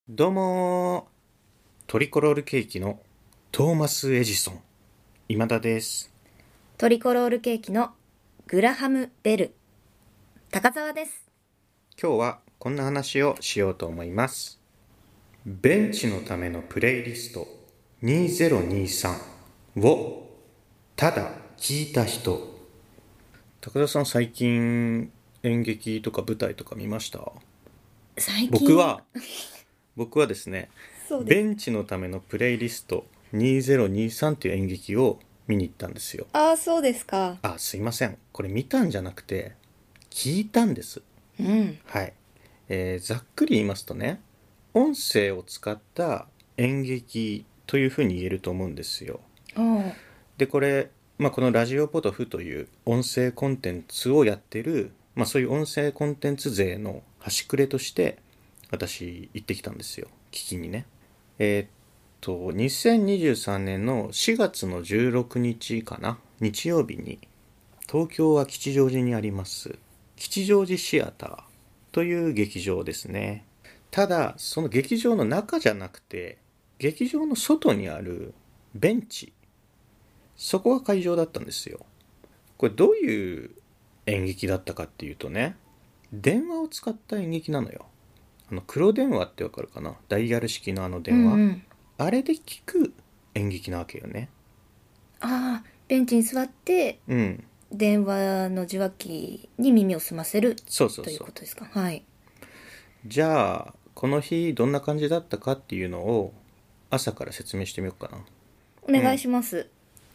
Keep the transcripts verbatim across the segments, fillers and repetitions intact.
どうもートリコロールケーキのトーマス・エジソン今田です。 トリコロールケーキのグラハム・ベル高澤です。 今日はこんな話をしようと思います。ベンチのためのプレイリストにせんにじゅうさんをただ聞いた人。高田さん、最近演劇とか舞台とか見ました？ 最近僕は僕はですねそうです。 ベンチのためのプレイリストにせんにじゅうさんという演劇を見に行ったんですよ。 ああ、そうですか。 あ、すいません。これ見たんじゃなくて、聞いたんです。 うん。 はい。えーざっくり言いますとね、音声を使った演劇というふうに言えると思うんですよ。 あで、これ、まあ、このラジオポトフという音声コンテンツをやってる、まあ、そういう音声コンテンツ勢の端くれとして、私、行ってきたんですよ。聞きにね。えーっと、にせんにじゅうさんねんのしがつのじゅうろくにちかな、日曜日に、東京は吉祥寺にあります吉祥寺シアターという劇場ですね。ただその劇場の中じゃなくて劇場の外にあるベンチ、そこが会場だったんですよ。これどういう演劇だったかっていうとね、電話を使った演劇なのよ。あの黒電話ってわかるかな、ダイヤル式のあのうん電話、 うん。 あれで聞く演劇なわけよね。 ああ、ベンチに座ってうん、 電話の受話器に耳を澄ませるというそうそうそう。 ことですか。はい。 じゃあこの日どんな感じだったかっていうのを朝から説明してみようかな。 お願いします。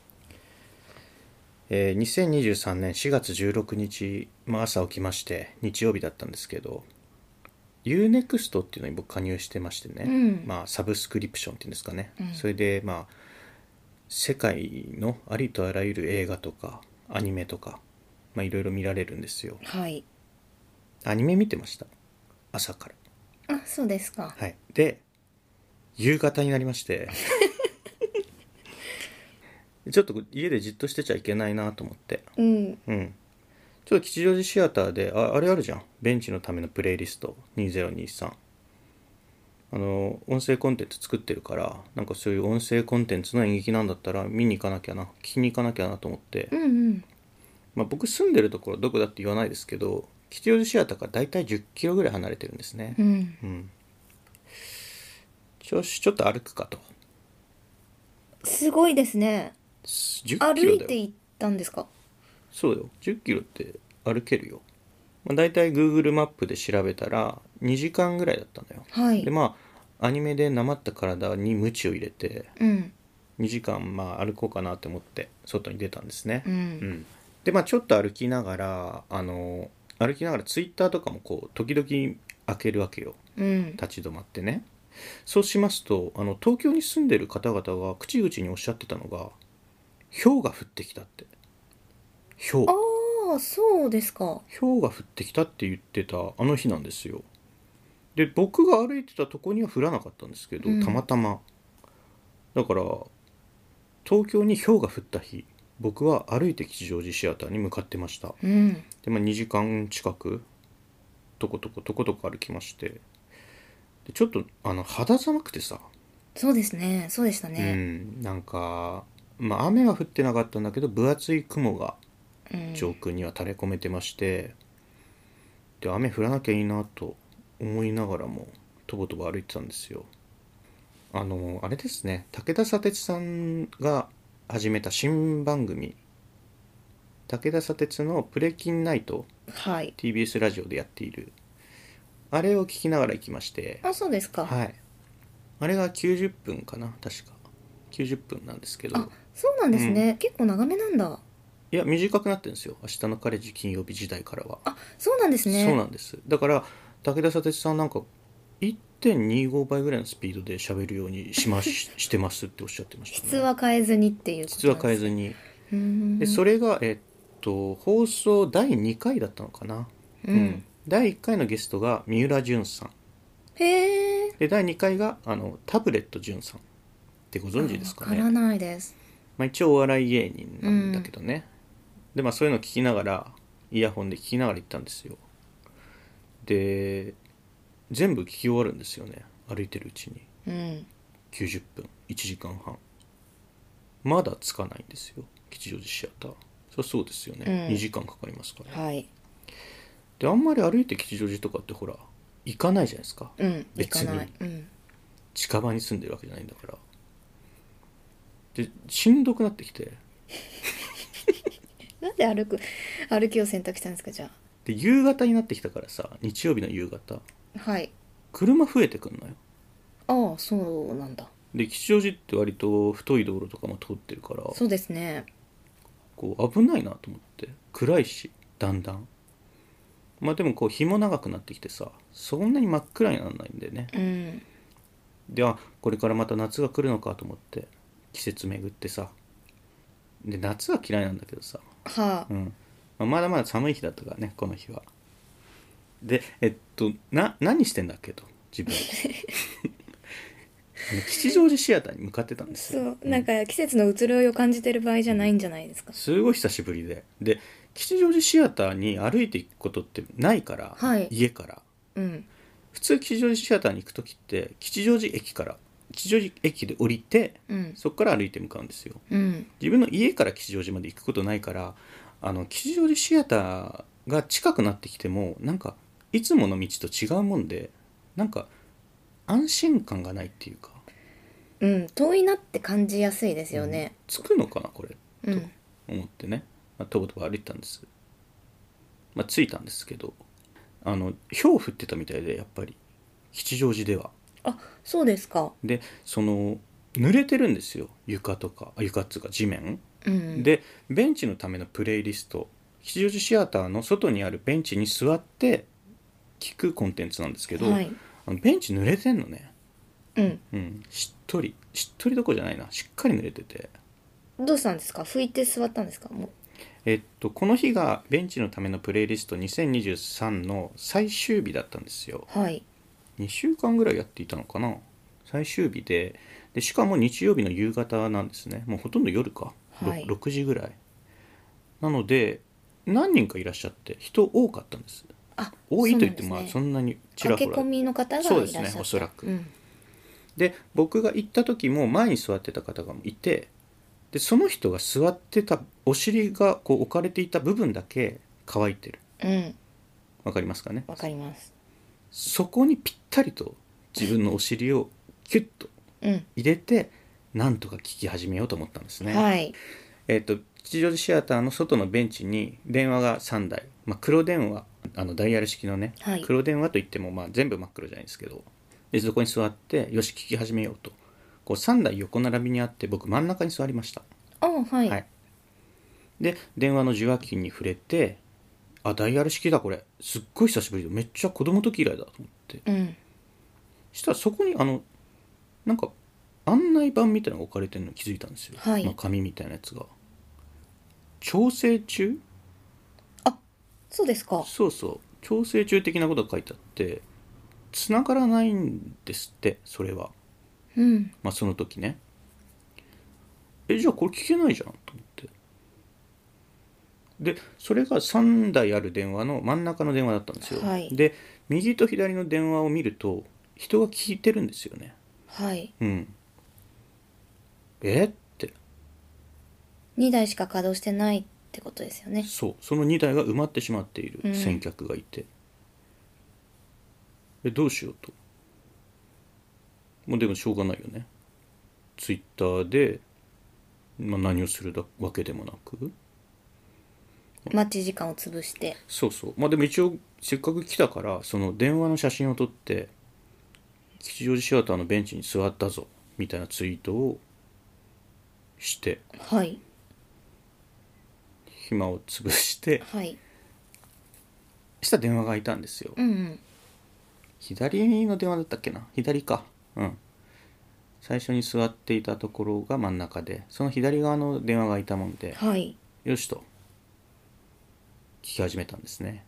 えーにせんにじゅうさんねんしがつじゅうろくにち、まあ、朝起きまして日曜日だったんですけど、 ユーネクスト っていうのに僕加入してましてね、 うん。 まあサブスクリプションっていうんですかね、 うん。 それでまあ世界のありとあらゆる映画とかアニメとか、まあいろいろ見られるんですよ。 はい。 アニメ見てました、朝から。 あ、そうですか。 はい。で夕方になりましてちょっと家でじっとしてちゃいけないなと思って、 うん。 うんちょっと吉祥寺シアターで、あ、あれあるじゃん。ベンチのためのプレイリストにせんにじゅうさん。あの、音声コンテンツ作ってるから、なんかそういう音声コンテンツの演劇なんだったら見に行かなきゃな、聞きに行かなきゃなと思って、 うんうん。 まあ僕住んでるところどこだって言わないですけど、吉祥寺シアターからだいたいじゅっキロぐらい離れてるんですね。 うん。 うん。よし、ちょっと歩くかと。 すごいですね。 じゅっキ歩ロだよ。 いて行ったんですか？ そうよ。じゅっキロって歩けるよ。まあ、大体 Google マップで調べたらにじかんぐらいだったのよ。 はい。 でまあアニメでなまった体に鞭を入れてうん。 にじかんまあ歩こうかなと思って外に出たんですね。 うん。 うん、でまあちょっと歩きながらあの歩きながらツイッターとかもこう時々開けるわけよ。 うん。 立ち止まってね。そうしますとあの東京に住んでる方々が口々におっしゃってたのが、氷が降ってきたって。氷ああ、そうですか。 氷が降ってきたって言ってたあの日なんですよ。で僕が歩いてたとこには降らなかったんですけど、 うん。 たまたまだから東京に氷が降った日、僕は歩いて吉祥寺シアターに向かってました。 うん。 で、まあ、にじかん近くとことことことこ歩きまして、でちょっとあの肌寒くてさ、 そうですね。そうでしたうね。 んなんかまあ雨は降ってなかったんだけど分厚い雲がうん。 上空には垂れ込めてまして、で雨降らなきゃいいなと思いながらもとぼとぼ歩いてたんですよ。あのあれですね、武田砂鉄さんが始めた新番組、武田砂鉄のプレキンナイト、 はい。 ティービーエス ラジオでやっているあれを聞きながら行きまして、 あ、そうですか。 はい、あれがきゅうじゅっぷんかな、確かきゅうじゅっぷんなんですけあ、 ど、 そうなんうんですね。結構長めなんだ。 いや短くなってるんですよ、明日のカレッジ金曜日時代からは。 あ、そうなんですね。 そうなんです。だから武田砂鉄さんなんかいってんにじゅうごばいぐらいのスピードで喋るようにしまししてますっておっしゃってましたね。 質は変えずにっていうこ質はとなんですね。 変えずに。 うーでん。 それがえっと放送だいにかいだったのかな。 うん。 うんだいいっかいのゲストが三浦淳さんへえ。 でだいにかいがあのタブレット淳さんってごあ、 存知ですかね。 わからないです。 まあ、一応お笑い芸人うなんだん。 けどね。でまあそういうの聞きながらイヤホンで聞きながら行ったんですよ。で全部聞き終わるんですよね。 歩いてるうちにうんきゅうじゅっぷんいちじかんはんまだ着かないんですよ、吉祥寺シアター。そりゃそうですよね、 うんにじかんかかりますから。 はいであんまり歩いて吉祥寺とかってほら行かないじゃないですか。 うん行別にかないうん近場に住んでるわけじゃないんだから。でしんどくなってきて、 なんで歩く歩きを選択したんですかじゃで夕方になってきたからさ、日曜日の夕方あ。はい車増えてくんのよ。 ああそうなんだ。 で吉祥寺って割と太い道路とかも通ってるから、 そうですね。 こう危ないなと思って、暗いしだんだん。まあでもこう日も長くなってきてさ、そんなに真っ暗にならないんでね。 うんであこれからまた夏が来るのかと思って季節巡ってさ、で夏は嫌いなんだけどさ、 はあ、 うんまあ、まだまだ寒い日だったからねこの日は。でえっとな何してんだっけと自分あの吉祥寺シアターに向かってたんですそよ。 うなんか季節の移ろいを感じてる場合じゃないんじゃないですか。 すごい久しぶりで、で吉祥寺シアターに歩いていくことってないから、 はい家からうん普通吉祥寺シアターに行く時って吉祥寺駅から吉祥寺駅で降りて、 うんそこから歩いて向かうんですよ。 うん自分の家から吉祥寺まで行くことないから、あの吉祥寺シアターが近くなってきてもなんかいつもの道と違うもんで、なんか安心感がないっていうか、 うん遠いなって感じやすいですよね。 着くのかなこれうんと思ってね、まあ、とぼとぼ歩いてたんです。まあ着いたんですけど、あの氷降ってたみたいで、やっぱり吉祥寺では。 あそうですか。 でその濡れてるんですよ、床とか、あ床っつうか地面、 うんでベンチのためのプレイリスト、吉祥寺シアターの外にあるベンチに座って聞くコンテンツなんですけど、 はいあのベンチ濡れてんのね。 うんうん、しっとりしっとりどころじゃないな、しっかり濡れてて、 どうしたんですか。拭いて座ったんですか。もえっとこの日がベンチのためのプレイリストにせんにじゅうさんの最終日だったんですよ。 うはいにしゅうかんぐらいやっていたのかな、最終日で。でしかも日曜日の夕方なんですね、もうほとんど夜か、 はいろくじぐらいなので、何人かいらっしゃって人多かったんです。 あ多いと言ってもまあそうなんですね。 そんなにちらほら駆け込みの方がいらそうですっしゃった。 ねおそらく、 うんで僕が行った時も前に座ってた方がいて、でその人が座ってたお尻がこう置かれていた部分だけ乾いてる。 うんわかりますかね。 わかります。 そこにぴったりと自分のお尻をキュッとうん入れてなんとか聞き始めようと思ったんですね。 はいえっと吉祥寺シアターの外のベンチに電話がさんだい、まあ、黒電話、あのダイヤル式のね、 はい黒電話といってもまあ全部真っ黒じゃないですけど、でそこに座ってよし聞き始めようと、こうさんだい横並びにあって、僕真ん中に座りました。 あはい、 はい、で電話の受話器に触れて、あダイヤル式だこれ、すっごい久しぶりでめっちゃ子供の時以来だと思って、 うんしたらそこにあのなんか案内板みたいなのが置かれてるのに気づいたんですよ、 はいまあ、紙みたいなやつが調整中、 そうですか。 そうそう調整中的なことが書いてあって、繋がらないんですって、それは。 うんまあその時ね、えじゃあこれ聞けないじゃんと思って、でそれがさんだいある電話の真ん中の電話だったんですよ、 はいで右と左の電話を見ると人が聞いてるんですよね。 はいうんえってにだいしか稼働してないってことですよね。 そうそのにだいが埋まってしまっているうん先客がいて、えどうしようと。もうでもしょうがないよね、ツイッターで、まあ、何をするだわけでもなく、 待ち時間を潰してそうそうまあでも一応せっかく来たからその電話の写真を撮って吉祥寺シアターのベンチに座ったぞみたいなツイートをしてはい暇を潰してはいした電話がいたんですよ。 うんうん左の電話だったっけな、左か、うん最初に座っていたところが真ん中で、その左側の電話がいたもんで、 はいよしと聞き始めたんですね。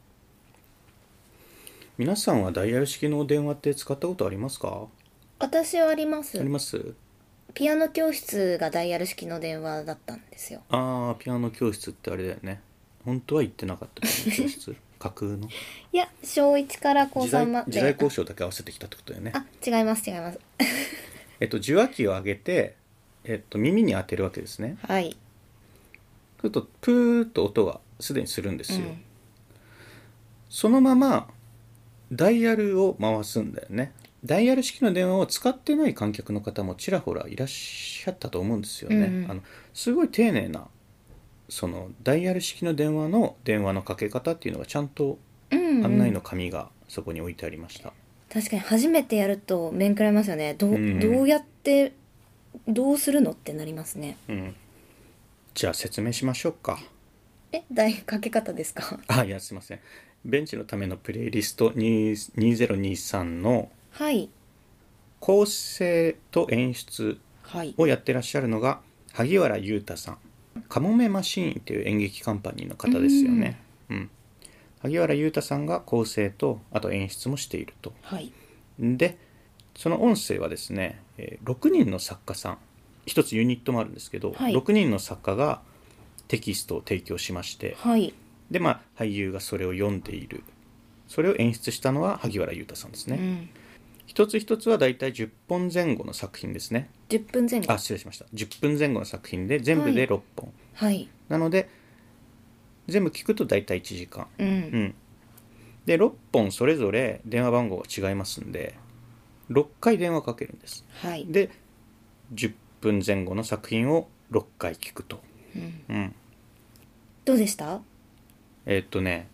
皆さんはダイヤル式の電話って使ったことありますか？ 私はありますあります。 ピアノ教室がダイヤル式の電話だったんですよ。 ああピアノ教室ってあれだよね、本当は行ってなかったピアノ教室架空のいや小いちから高時さんまで。 代時代交渉だけ合わせてきたってことだよね。 あ、違います違います。 えっと受話器を上げて、えっと、耳に当てるわけですね。 はい。 するとプーッと音がすでにするんですよ、 うん、 そのままダイヤルを回すんだよね。ダイヤル式の電話を使ってない観客の方もちらほらいらっしゃったと思うんですよね、 うんうん、 あのすごい丁寧なそのダイヤル式の電話の電話のかけ方っていうのがちゃんと案内の紙がそこに置いてありました、 うんうん、確かに初めてやると面食らいますよね。どう、 うん、 どうやってどうするのってなりますね。 うん、じゃあ説明しましょうか。 え、台かけ方ですか？ あ、いやすいません。ベンチのためのプレイリストにせんにじゅうさんのはい構成と演出はいをやってらっしゃるのが萩原裕太さん、カモメマシーンという演劇カンパニーの方ですよね、うん、萩原裕太さんが構成とあと演出もしていると。 はいでその音声はですね、えーろくにんの作家さん、一つユニットもあるんですけど、 はいろくにんの作家がテキストを提供しまして、 はいでまあ俳優がそれを読んでいる、それを演出したのは萩原裕太さんですね、 うん、 一つ一つはだいたいじゅっぽんぜん後の作品ですね。 じゅっぷんぜん後。 あ、失礼しました。じゅっぷんぜん後の作品で全部でろっぽん、 はい、 なので全部聞くとだいたいいちじかん、 うん、 うん、でろっぽんそれぞれ電話番号が違いますんでろっかい電話かけるんです。 はい、 でじゅっぷんぜん後の作品をろっかい聞くと、 うんうん、 どうでした？ えーっとね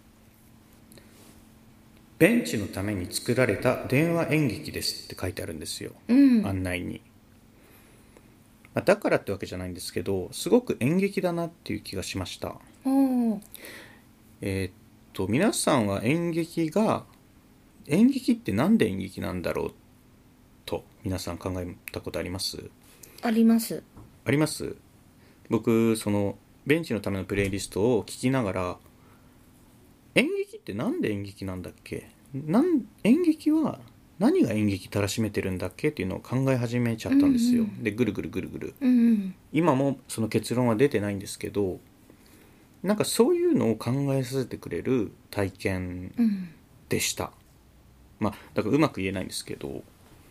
ベンチのために作られた電話演劇ですって書いてあるんですよ、 うん、 案内に。まあだからってわけじゃないんですけど、すごく演劇だなっていう気がしました。 おーえーっと皆さんは演劇が演劇ってなんで演劇なんだろうと皆さん考えたことあります？ あります。 あります。僕そのベンチのためのプレイリストを聞きながら、演劇ってなんで演劇なんだっけ、なん演劇は何が演劇たらしめてるんだっけっていうのを考え始めちゃったんですよ、 うんうん、 でぐるぐるぐるぐる、 うんうん、 今もその結論は出てないんですけど、なんかそういうのを考えさせてくれる体験でした、うん、まあだからうまく言えないんですけど、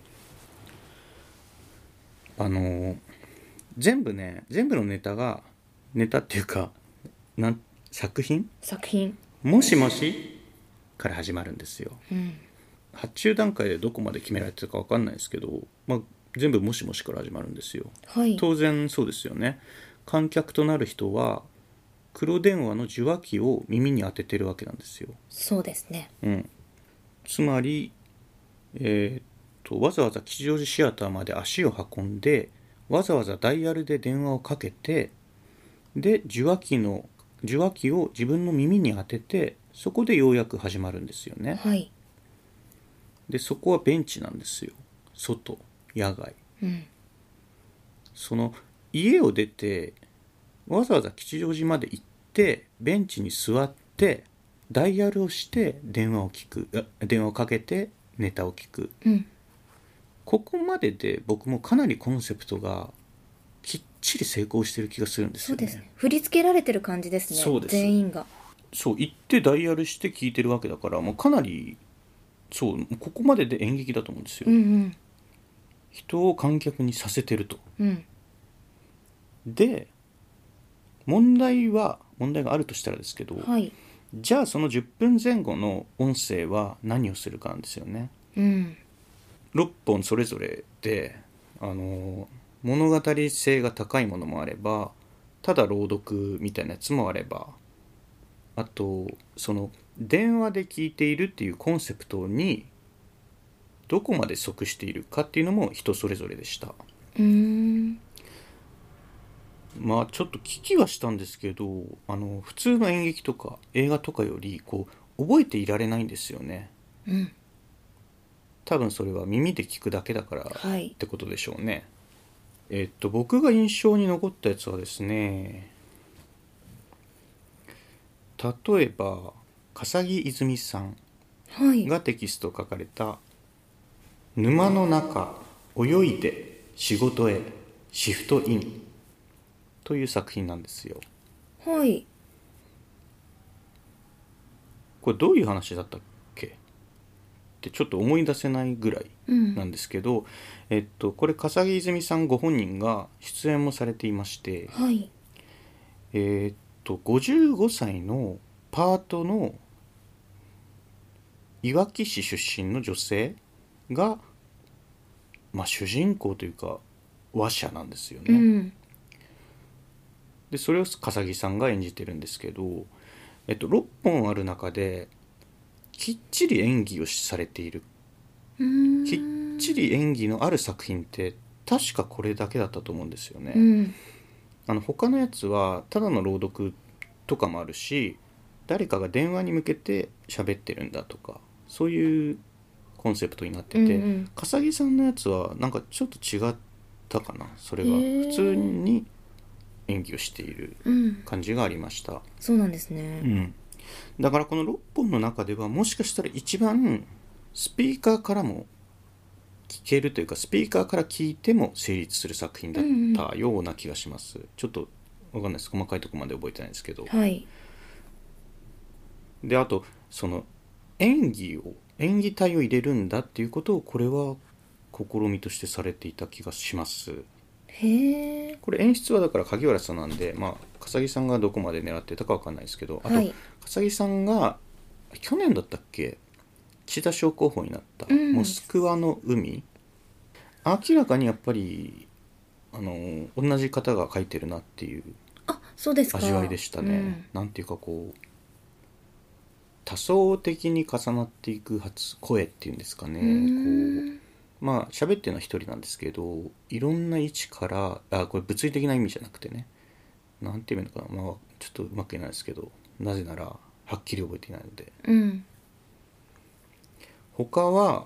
あの全部ね全部のネタがネタっていうかなん作品作品もしもしから始まるんですよ、 うん、 発注段階でどこまで決められてるか分かんないですけど、まあ、全部もしもしから始まるんですよ、 はい、 当然そうですよね。観客となる人は黒電話の受話器を耳に当ててるわけなんですよ。 そうですね、 うん、つまり、えー、っとわざわざ吉祥寺シアターまで足を運んでわざわざダイヤルで電話をかけて、で受話器の受話器を自分の耳に当てて、そこでようやく始まるんですよね。 はい、 でそこはベンチなんですよ。外、野外、 うん、 その家を出てわざわざ吉祥寺まで行ってベンチに座ってダイヤルをして電話を聞く、電話をかけてネタを聞く、 うん、 ここまでで僕もかなりコンセプトがきっちり成功してる気がするんですよね。 そうですね、振り付けられてる感じですね。 そうです、 全員がそう行ってダイヤルして聞いてるわけだから、もうかなりそうここまでで演劇だと思うんですよ、 うんうん人を観客にさせてると。 うん、 で問題は問題があるとしたらですけど、 はい、 じゃあそのじゅっぷんぜん後の音声は何をするかなんですよね。 うん、 ろっぽんそれぞれであの物語性が高いものもあれば、ただ朗読みたいなやつもあれば、あとその電話で聞いているっていうコンセプトにどこまで即しているかっていうのも人それぞれでした。 うーん、 まあちょっと聞きはしたんですけど、あの普通の演劇とか映画とかよりこう覚えていられないんですよね。 うん、 多分それは耳で聞くだけだからはい、 ってことでしょうね。えっと僕が印象に残ったやつはですね、例えば笠木泉さんはい、 がテキストを書かれた「沼の中泳いで仕事へシフトイン」という作品なんですよ。 はい、 これどういう話だったっけってちょっと思い出せないぐらいなんですけど、うん、えっとこれ笠木泉さんご本人が出演もされていまして、 はい、 えー、っとごじゅうごさいのパートのいわき市出身の女性が、まあ、主人公というか話者なんですよね、うん、でそれを笠木さんが演じてるんですけど、えっと、ろっぽんある中できっちり演技をされている、 うーん、 きっちり演技のある作品って確かこれだけだったと思うんですよね、 うん、 あの他のやつはただの朗読とかもあるし、誰かが電話に向けて喋ってるんだとかそういうコンセプトになってて、うんうん、笠木さんのやつはなんかちょっと違ったかな。それが普通に演技をしている感じがありました、うん、 そうなんですね、 うん、だからこのろっぽんの中ではもしかしたら一番スピーカーからも聞けるというか、スピーカーから聞いても成立する作品だったような気がします、うんうん、ちょっと分かんないです、細かいところまで覚えてないんですけど、 はい、 であとその演技を演技体を入れるんだっていうことをこれは試みとしてされていた気がします。 へえ。これ演出はだから萩原さんなんで、まあ笠木さんがどこまで狙ってたか分かんないですけど、あと、はい、笠木さんが去年だったっけ岸田賞候補になった、うん、モスクワの海、明らかにやっぱりあの同じ方が書いてるなっていう味わいでしたね、うん、なんていうかこう多層的に重なっていく発声っていうんですかね、こうまあ喋ってるのは一人なんですけど、いろんな位置から、あこれ物理的な意味じゃなくてね、なんていうのかな、まあちょっとうまく言えないですけど、なぜならはっきり覚えていないので、 うん、 他は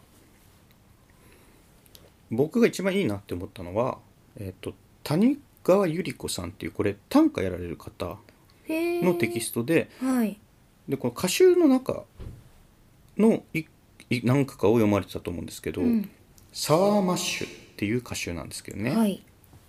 僕が一番いいなって思ったのは、えっと谷川百合子さんっていう、これ短歌やられる方のテキストで、 はい、 でこの歌集の中のいい何句かを読まれてたと思うんですけど、うん、サワーマッシュっていう歌集なんですけどね、 はい、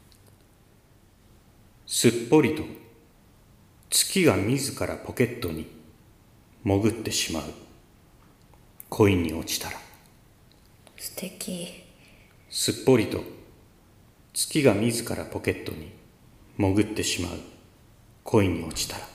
すっぽりと月が自らポケットに潜ってしまう、恋に落ちたら。 素敵。 すっぽりと月が自らポケットに潜ってしまう、恋に落ちたら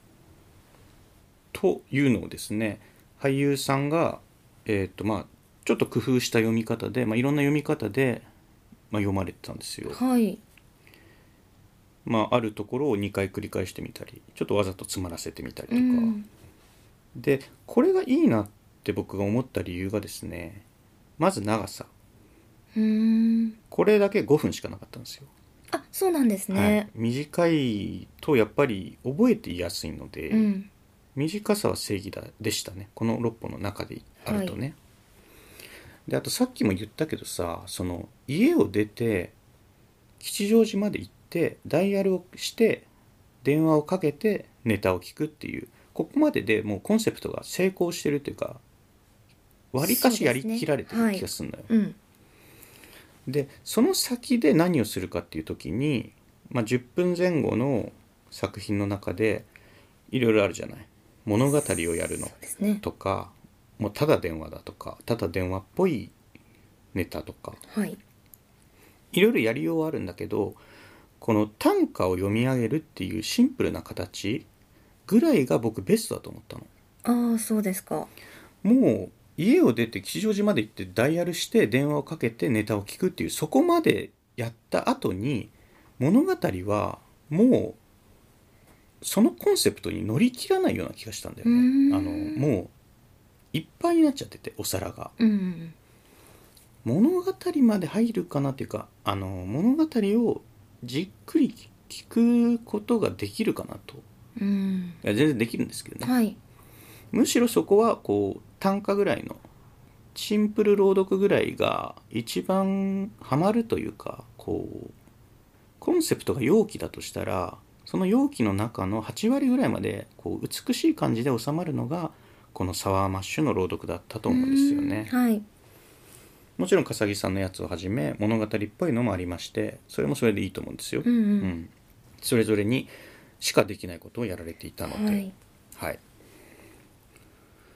というのをですね、俳優さんが、えーとまあ、ちょっと工夫した読み方で、まあ、いろんな読み方で、まあ、読まれてたんですよ。 はい。 まあ、あるところをにかい繰り返してみたり、ちょっとわざと詰まらせてみたりとか、うん、でこれがいいなって僕が思った理由がですね、まず長さ。 うーん、 これだけごふんしかなかったんですよ。 あ、そうなんですね、 はい、短いとやっぱり覚えていやすいので、うん、短さは正義だでしたね、このろっぽんの中であるとね、はい、であとさっきも言ったけどさ、その家を出て吉祥寺まで行ってダイヤルをして電話をかけてネタを聞くっていう、ここまででもうコンセプトが成功してるというか、わりかしやりきられてる気がするのよ。 そうですね、はい、うんでその先で何をするかっていう時に、まあ、じゅっぷんぜん後の作品の中でいろいろあるじゃない。物語をやるのとか、ね、もうただ電話だとか、ただ電話っぽいネタとか、 はい、 いろいろやりようはあるんだけど、この短歌を読み上げるっていうシンプルな形ぐらいが僕ベストだと思ったの。ああ、そうですか。 もう家を出て吉祥寺まで行ってダイヤルして電話をかけてネタを聞くっていう、そこまでやった後に物語はもうそのコンセプトに乗り切らないような気がしたんだよね。あのもういっぱいになっちゃってて、お皿が、うん、物語まで入るかなっていうか、あの物語をじっくり聞くことができるかなと、うん、いや全然できるんですけどね、 はい、 むしろそこはこう短歌ぐらいのシンプル朗読ぐらいが一番ハマるというか、こうコンセプトが陽気だとしたら、その陽気の中のはちわりぐらいまでこう美しい感じで収まるのがこのサワーマッシュの朗読だったと思うんですよね。 はい、 もちろん笠木さんのやつをはじめ物語っぽいのもありまして、それもそれでいいと思うんですよ、 うんうんうん、 それぞれにしかできないことをやられていたので、はい、はい、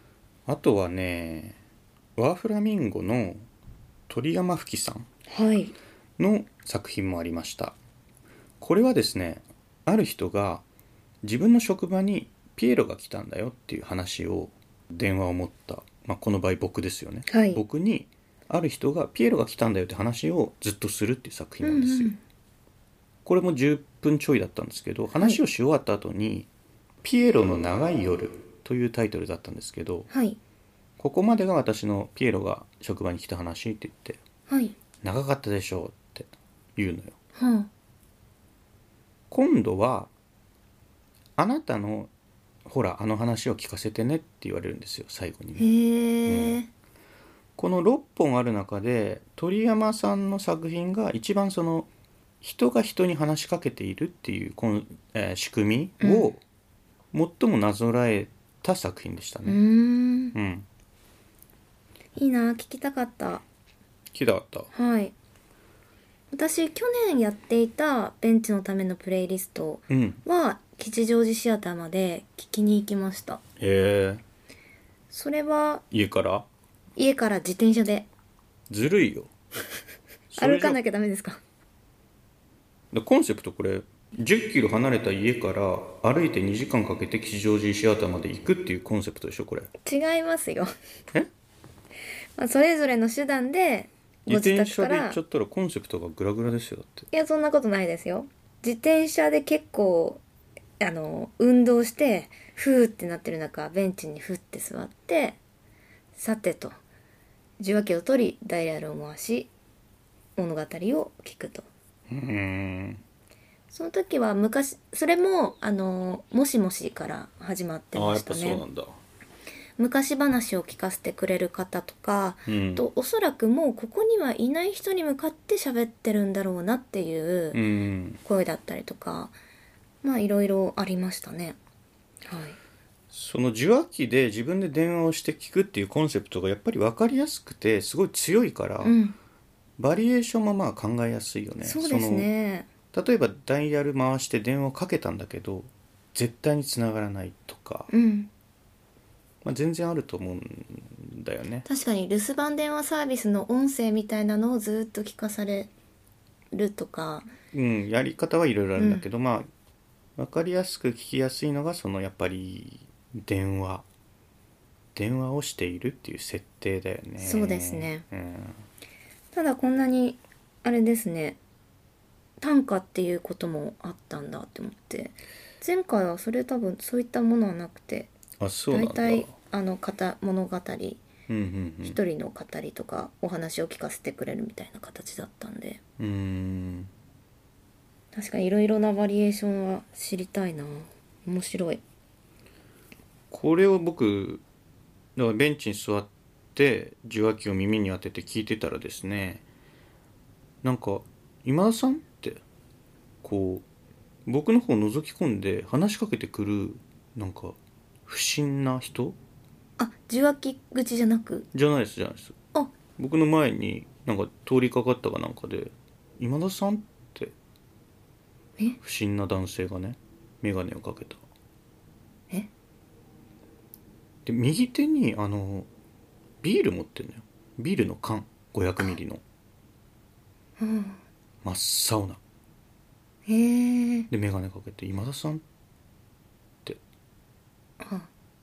あとはね、ワーフラミンゴの鳥山吹さんはいの作品もありました。これはですね、ある人が自分の職場にピエロが来たんだよっていう話を、電話を持った、まあ、この場合僕ですよね、 はい僕にある人がピエロが来たんだよって話をずっとするっていう作品なんですよ、 うんうん、 これもじゅっぷんちょいだったんですけど、話をし終わった後に「ピエロの長い夜」というタイトルだったんですけど、 はいここまでが私のピエロが職場に来た話って言って、 はい長かったでしょうって言うのよ。 は今度はあなたのほらあの話を聞かせてねって言われるんですよ、最後にあ、 ね。 へえ、 このろっぽんある中で鳥山さんの作品が一番その人が人に話しかけているっていうこの、えー仕組みを最もなぞらえた作品でしたうーね。 ん、 うん。 いいな、聞きたかった。 聞いたかった。 はい。私去年やっていたベンチのためのプレイリストうん。 は吉祥寺シアターまで聞きに行きました。 へえ。 それは家から家から自転車でずるいよ。それじゃ歩かなきゃダメですか？ でコンセプトこれじゅっキロ離れた家から歩いてにじかんかけて吉祥寺シアターまで行くっていうコンセプトでしょこれ。 違いますよ。 えまあそれぞれの手段でご自自転車で行っ宅から。 ちゃったらコンセプトがグラグラですよだって。 いや、そんなことないですよ。自転車で結構あの運動してふーってなってる中、ベンチにふって座って、さてと受話器を取りダイヤルを回し物語を聞くと。 うーん。 その時は昔、それもあのもしもしから始まってああやっぱましたね。 そうなんだ。 昔話を聞かせてくれる方とか、 うん。 とおそらくもうここにはいない人に向かって喋ってるんだろうなっていううん。 声だったりとか、まあいろいろありましたね。はい。 その受話器で自分で電話をして聞くっていうコンセプトがやっぱり分かりやすくてすごい強いから、 うん、 バリエーションもまあ考えやすいよね。 そうですね。 その例えばダイヤル回して電話をかけたんだけど絶対に繋がらないとか、 うん。 まあ、全然あると思うんだよね。 確かに留守番電話サービスの音声みたいなのをずっと聞かされるとか。 うん、やり方はいろいろあるんだけど、まあ分かりやすく聞きやすいのがそのやっぱり電話電話をしているっていう設定だよね。 そうですね。 うんただこんなにあれですね、短歌っていうこともあったんだって思って、前回はそれ多分そういったものはなくて、 あ、そうなんだ。 大体あの語物語うんうんうん。 一人の語りとかお話を聞かせてくれるみたいな形だったんで、 うーん。 確かにいろいろなバリエーションは知りたいな。面白い。 これを僕だからベンチに座って受話器を耳に当てて聞いてたらですね、なんか今田さんってこう僕の方を覗き込んで話しかけてくるなんか不審な人あ、受話器口じゃなく。 じゃないですじゃないです。 あ、 僕の前になんか通りかかったかなんかで今田さんってえ不審な男性がね眼鏡をかけた。 えで右手にあのビール持ってんのよ。ビールの缶ごひゃくミリのうん真っ青なへえ。 で眼鏡かけて今田さんってあ、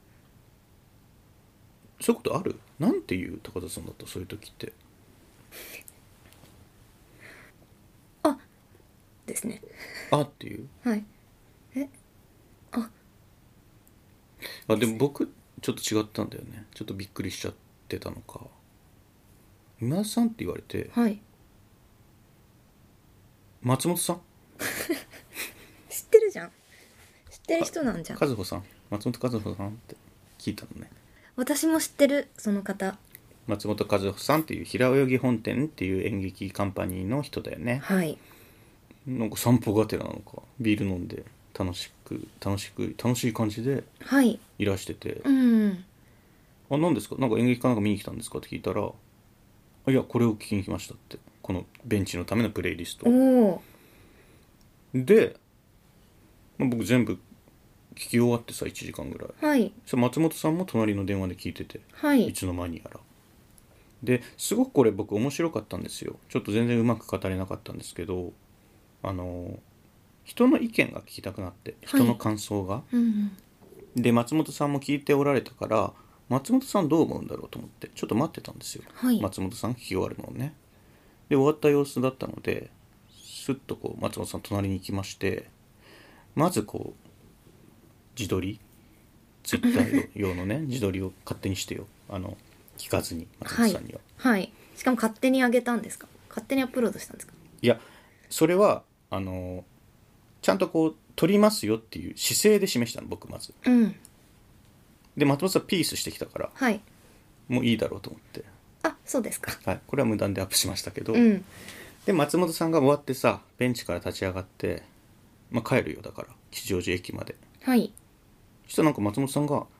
そういうことある？なんていう高田さんだったそういう時って。 あですね。 あっていう。 はい。えああでも僕ちょっと違ったんだよね。ちょっとびっくりしちゃってたのか。今田さんって言われてはい。 松本さん知ってるじゃん。知ってる人なんじゃん。 和穂さん松本和穂さんって聞いたのね。 私も知ってる、その方。 松本和穂さんっていう平泳ぎ本店っていう演劇カンパニーの人だよね。 はい。 なんか散歩がてらなのかビール飲んで楽しく楽しく楽しい感じではい。 いらしてて、 うん。 あ、何ですかなんか演劇かなんか見に来たんですかって聞いたら、あ、いやこれを聞きに来ましたって、このベンチのためのプレイリストおお。 で、まあ、僕全部聞き終わってさいちじかんぐらい、 はいそ松本さんも隣の電話で聞いてて、 はいいつの間にやらですごくこれ僕面白かったんですよ。ちょっと全然うまく語れなかったんですけど、あの人の意見が聞きたくなって人の感想が、 うんで松本さんも聞いておられたから松本さんどう思うんだろうと思ってちょっと待ってたんですよ、 はい松本さん聞き終わるのをね。で終わった様子だったのでスッとこう松本さん隣に行きまして、まずこう自撮りツイッター用のね自撮りを勝手にしてよ、あの聞かずに松本さんには、 はい、はい、しかも勝手に上げたんですか？勝手にアップロードしたんですか？ いやそれはあのちゃんとこう撮りますよっていう姿勢で示したの僕まず。 うんで松本さんピースしてきたからはいもういいだろうと思って、 あそうですか。 はい、これは無断でアップしましたけど、 うんで松本さんが終わってさベンチから立ち上がって、まあ、帰るよだから吉祥寺駅まで。 はいそしたらなんか松本さんが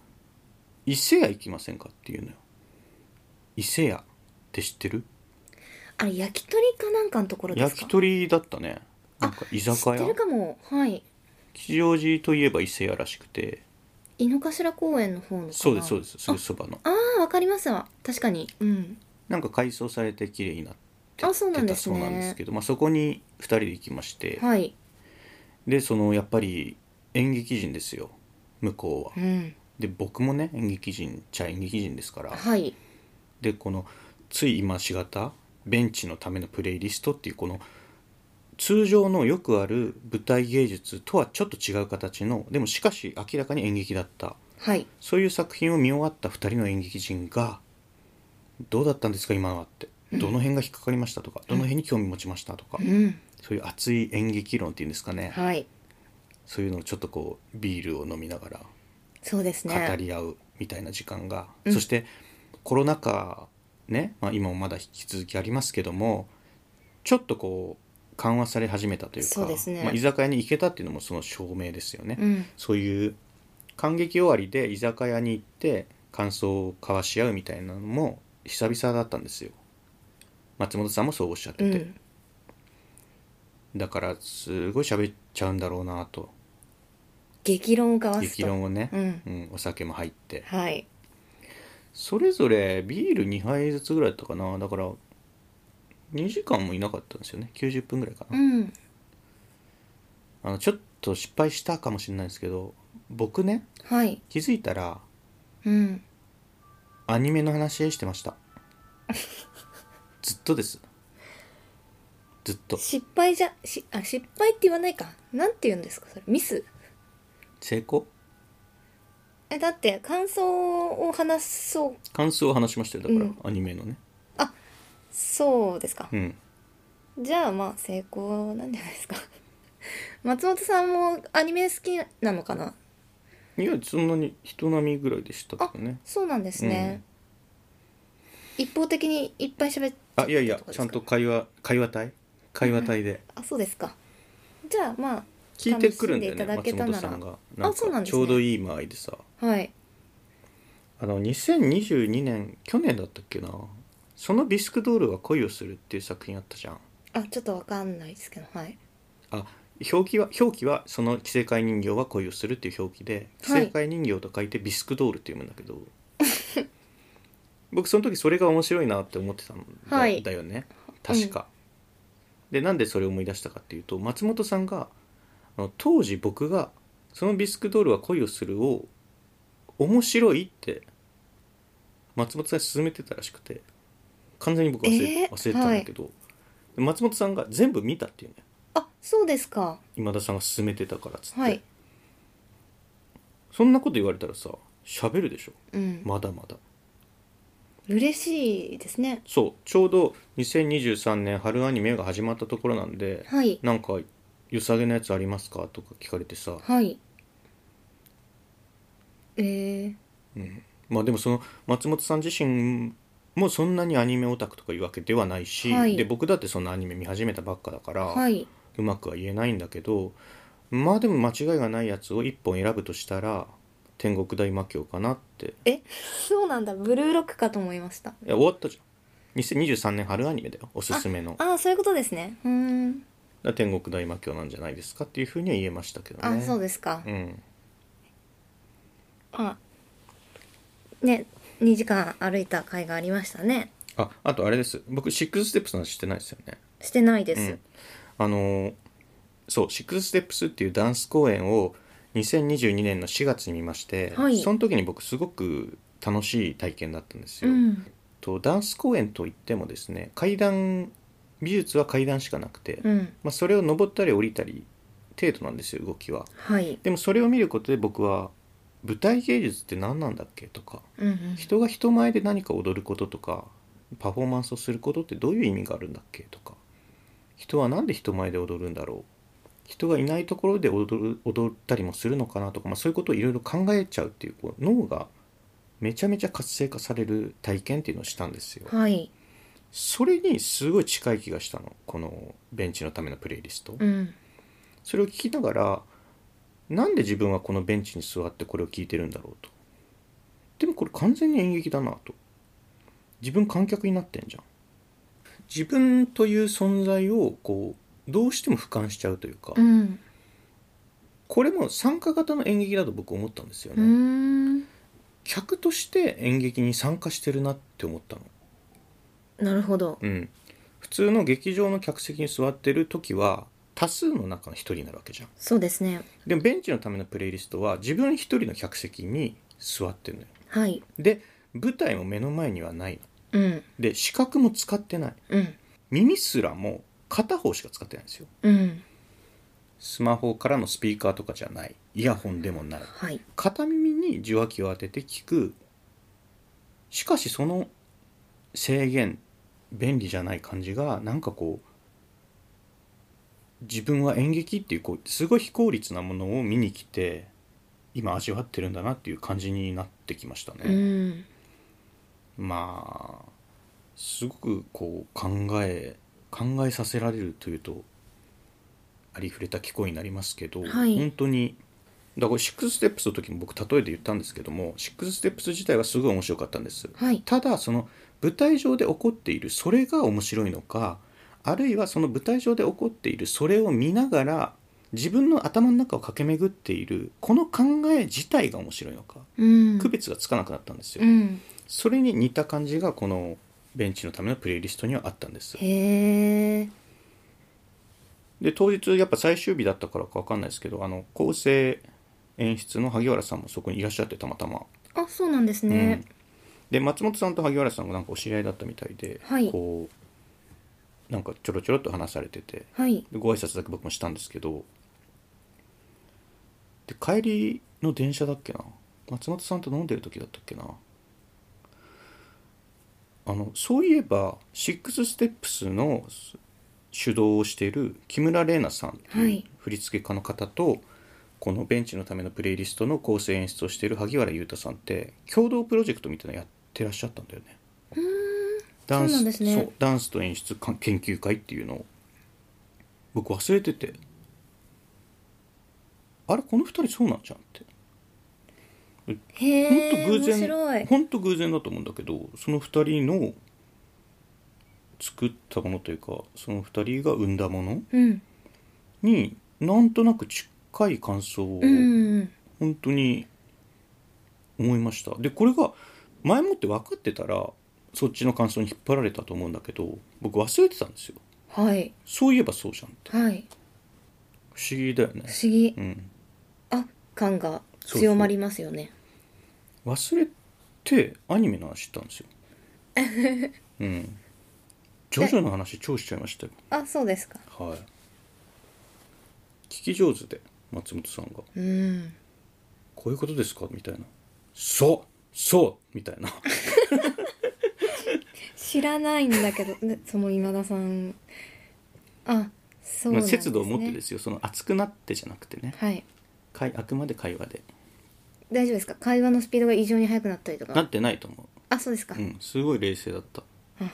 「伊勢屋行きませんか?」って言うのよ。伊勢屋って知ってる？ あれ焼き鳥かなんかのところですか？ 焼き鳥だったね。なんか居酒知ってる屋かも。はい吉祥寺といえば伊勢屋らしくて。 井の頭公園の方のかな。 そうですそうです、すぐそばの。 ああわかりますわ確かに。うんなんか改装されて綺麗になってあそうなんですねそうなんですけど、まあ、そこにふたりで行きまして、 はいでそのやっぱり演劇人ですよ向こうは。 うんで僕もね演劇人っちゃ演劇人ですから、 はいでこのつい今しがたベンチのためのプレイリストっていうこの通常のよくある舞台芸術とはちょっと違う形のでもしかし明らかに演劇だったはいそういう作品を見終わったふたりの演劇人がどうだったんですか今のはってどの辺が引っかかりましたとか、どの辺に興味持ちましたとか、 うんそういう熱い演劇論っていうんですかね、 はいそういうのをちょっとこうビールを飲みながらそうですね語り合うみたいな時間が、 うんそしてコロナ禍ね、まあ、今もまだ引き続きありますけどもちょっとこう緩和され始めたというかそうですねまあ、居酒屋に行けたっていうのもその証明ですよね、 うんそういう観劇終わりで居酒屋に行って感想を交わし合うみたいなのも久々だったんですよ。松本さんもそうおっしゃってて、 うんだからすごい喋っちゃうんだろうなと。 激論を交わすと激論をね、 うんうん、お酒も入ってはいそれぞれビールにはいずつぐらいだったかな。だからにじかんもいなかったんですよね。きゅうじゅっぷんぐらいかな、 うんあのちょっと失敗したかもしれないですけど僕ねはい気づいたらうんアニメの話してましたずっとですずっと。 失敗じゃしあ失敗って言わないかなんて言うんですかそれミス成功えだって感想を話そう感想を話しましたよだから、 うんアニメのね。 そうですか、 うんじゃあまあ成功なんじゃないですか松本さんもアニメ好きなのかな。 いやそんなに人並みぐらいでしたけどね。 そうなんですね、一方的にいっぱい喋っちゃったあいやいやってことですかちゃんと会話会話体会話体であそうですか。じゃあまあ聞いてくるんだよね楽しんでいただけたなら松本さんがなんあそうなんですねかちょうどいい間合いでさ、 はいあのにせんにじゅうにねん去年だったっけな、そのビスクドールは恋をするっていう作品あったじゃん。 あちょっとわかんないですけどはいあ表記は表記はその着せ替え人形は恋をするっていう表記で着せ替え人形と書いてビスクドールって読むんだけど、僕その時それが面白いなって思ってたんだ,、 はいだよね確か、でなんでそれを思い出したかっていうと松本さんがあの当時僕がそのビスクドールは恋をするを面白いって松本さんに勧めてたらしくて完全に僕忘れ,、 えー忘れてたんだけど、松本さんが全部見たっていうね、 あそうですか今田さんが勧めてたからっつって、 はいそんなこと言われたらさ喋るでしょ、 うんまだまだ。 嬉しいですねそうちょうどにせんにじゅうさんねん春アニメが始まったところなんで、 はいなんか良さげなやつありますかとか聞かれてさ、 はいえー、 うん、まあでもその松本さん自身もそんなにアニメオタクとかいうわけではないし、 はいで僕だってそんなアニメ見始めたばっかだから、 はい、 うまくは言えないんだけど、まあでも間違いがないやつをいっぽん選ぶとしたら天国大魔教かなって。 えそうなんだ、ブルーロックかと思いました。 いや終わったじゃん、にせんにじゅうさんねん春アニメだよおすすめの。 ああそういうことですね。うーんだから天国大魔教なんじゃないですかっていうふうには言えましたけどね。 あそうですか。 うん、 あねにじかん歩いた甲斐がありましたね。 ああとあれです、僕シックスステップスの話してないですよね。 してないです、 うん、あのーそうシックスステップスっていうダンス公演をにせんにじゅうにねんのしがつに見まして、 はいその時に僕すごく楽しい体験だったんですよ、 うんとダンス公演といってもですね、階段美術は階段しかなくて、 うんまあ、それを登ったり降りたり程度なんですよ動きは。 はいでもそれを見ることで僕は舞台芸術って何なんだっけとか、 うんうん人が人前で何か踊ることとかパフォーマンスをすることってどういう意味があるんだっけとか、人はなんで人前で踊るんだろう、人がいないところで踊る踊ったりもするのかなとか、まあ、そういうことをいろいろ考えちゃうっていう、こう脳がめちゃめちゃ活性化される体験っていうのをしたんですよ。 はいそれにすごい近い気がしたの、このベンチのためのプレイリスト。 うんそれを聞きながら、なんで自分はこのベンチに座ってこれを聞いてるんだろうと。でもこれ完全に演劇だなと。自分観客になってんじゃん。自分という存在をこうどうしても俯瞰しちゃうというか、 うんこれも参加型の演劇だと僕思ったんですようーね。 ん客として演劇に参加してるなって思ったの。 なるほどうん。普通の劇場の客席に座ってる時は多数の中の一人になるわけじゃん。 そうですねでもベンチのためのプレイリストは自分一人の客席に座ってるのよ。 はいで舞台も目の前にはないのうんで、視覚も使ってない、 うん耳すらも片方しか使ってないんですよ。 うんスマホからのスピーカーとかじゃない、イヤホンでもない、 はい片耳に受話器を当てて聞く。しかしその制限、便利じゃない感じがなんかこう、自分は演劇っていうこうすごい非効率なものを見に来て今味わってるんだなっていう感じになってきましたうね。 んまあすごくこう考え考えさせられるというとありふれた聞こえになりますけど、 はい本当にだからシックスステップスの時も僕例えで言ったんですけども、シックスステップス自体はすごい面白かったんです。 はいただその舞台上で起こっているそれが面白いのか、あるいはその舞台上で起こっているそれを見ながら自分の頭の中を駆け巡っているこの考え自体が面白いのか、 うん区別がつかなくなったんですよ。 うんそれに似た感じがこのベンチのためのプレイリストにはあったんです。 へえで当日やっぱ最終日だったからか分かんないですけど、あの構成演出の萩原さんもそこにいらっしゃって、たまたま、 あそうなんですね、 うん、で松本さんと萩原さんがなんかお知り合いだったみたいで、 はいこうなんかちょろちょろっと話されてて、 はいでご挨拶だけ僕もしたんですけど、で帰りの電車だっけな、松本さんと飲んでる時だったっけな、あのそういえばシックスステップスの主導をしている木村玲奈さんってはいいう振付家の方と、このベンチのためのプレイリストの構成演出をしている萩原裕太さんって共同プロジェクトみたいなのやってらっしゃったんだよね。ダンス、 そうなんですねそうダンスと演出か研究会っていうのを僕忘れてて、あれこのふたりそうなんじゃんって、 へほんえ面と偶然白いほんと偶然だと思うんだけど、そのふたりの作ったものというか、そのふたりが生んだものうんになんとなく近い感想をうん本当に思いました。でこれが前もって分かってたらそっちの感想に引っ張られたと思うんだけど、僕忘れてたんですよ。 はいそういえばそうじゃんって、 はい不思議だよね。 不思議うん、 あ感が強まりますよね。 忘れてアニメの話したんですよ。うんジョジョの話超しちゃいましたよ。 あそうですか。 はい、聞き上手で松本さんがうんこういうことですかみたいな、そうそうみたいな知らないんだけどねその今田さんあそうまあ、 なんですね。 節度を持ってですよ、その熱くなってじゃなくてね、 はいかいあくまで会話で大丈夫ですか。会話のスピードが異常に速くなったりとか。 なってないと思あそうですか、 う。うんすごい冷静だった。 あ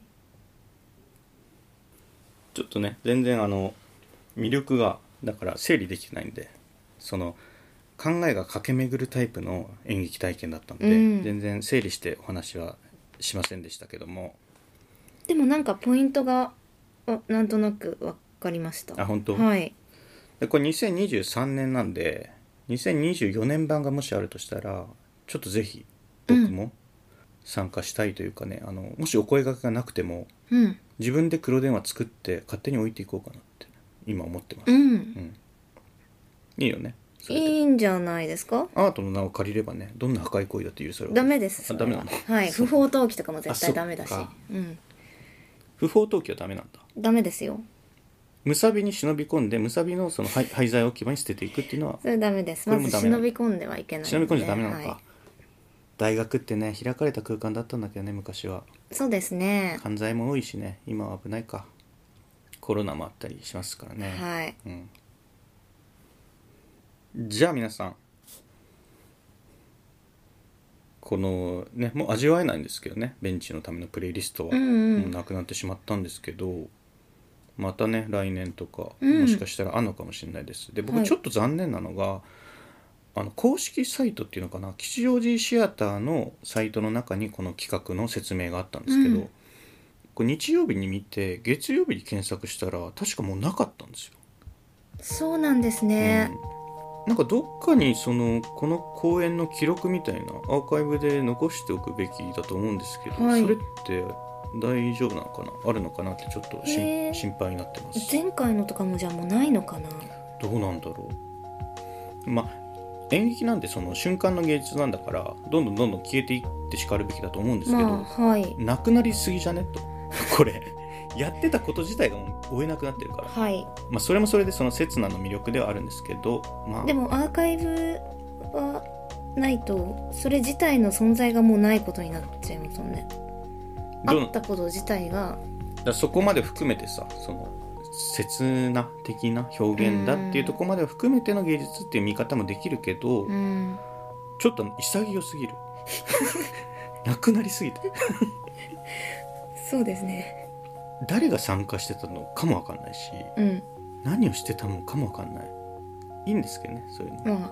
ちょっとね全然あの魅力がだから整理できてないんで、その考えが駆け巡るタイプの演劇体験だったんで、 うん全然整理してお話はしませんでしたけども。 でもなんかポイントがあなんとなく分かりました。 あ本当、 はいでこれにせんにじゅうさんねんなんでにせんにじゅうよねん版がもしあるとしたらちょっとぜひ僕も参加したいというかね、あのもしお声掛けがなくてもうん自分で黒電話作って勝手に置いていこうかなって今思ってます、 うんうんいいよね。それでいいんじゃないですか。 アートの名を借りればね、どんな破壊行為だって許されるわけダメですそれはあダメなのはい不法投棄とかも絶対ダメだしあそっかうん不法投棄はダメなんだ。 ダメですよ。 むさびに忍び込んでむさびのその廃廃材置き場に捨てていくっていうのはそれダメです。 これまずもダメなの忍び込んではいけないので。 忍び込んじゃダメなのか、 はい大学ってね開かれた空間だったんだけどね昔は。 そうですね。 犯罪も多いしね、今は危ないか。コロナもあったりしますからね。 はい。 うん、じゃあ皆さんこのねもう味わえないんですけどね、ベンチのためのプレイリストは、 うんうんもうなくなってしまったんですけど、またね来年とか、 うんもしかしたらあるのかもしれないです。ではい僕ちょっと残念なのが、あの公式サイトっていうのかな、吉祥寺シアターのサイトの中にこの企画の説明があったんですけど、 うんこれ日曜日に見て月曜日に検索したら確かもうなかったんですよ。 そうなんですね。 うん、なんかどっかにそのこの公演の記録みたいなアーカイブで残しておくべきだと思うんですけど、 はいそれって大丈夫なのかな、あるのかなってちょっとしへー心配になってます。 前回のとかもじゃあもうないのかな。 どうなんだろう。まあ演劇なんてその瞬間の芸術なんだからどんどんどんどん消えていってしかるべきだと思うんですけど、 まあはいなくなりすぎじゃねとこれやってたこと自体がもう追えなくなってるから、 はい。 まあ、それもそれでその刹那の魅力ではあるんですけど、まあ、 でもアーカイブはないとそれ自体の存在がもうないことになっちゃいますもんね。あどうったこと自体が。 だからそこまで含めてさ、その刹那的な表現だっていうところまでを含めての芸術っていう見方もできるけど、 うんちょっと潔すぎるなくなりすぎてそうですね。 誰が参加してたのかもわかんないし、 うん何をしてたのかもわかんない。いいんですけどねそういうの、 まあうん、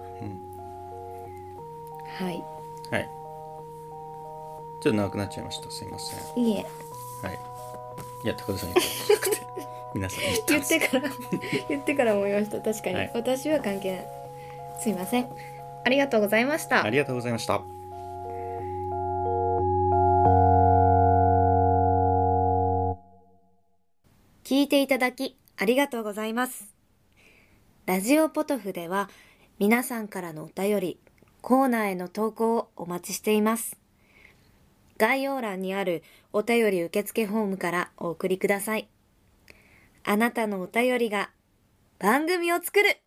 はいはい。ちょっと長くなっちゃいました、すいません。 いえはい。いや高田さん言ってなくて皆さん言ったん言っですてから言ってから思いました。確かに、 はい私は関係ない。すいません。ありがとうございましたありがとうございました。 聞いていただきありがとうございます。ラジオポトフでは皆さんからのお便り、コーナーへの投稿をお待ちしています。概要欄にあるお便り受付フォームからお送りください。あなたのお便りが番組を作る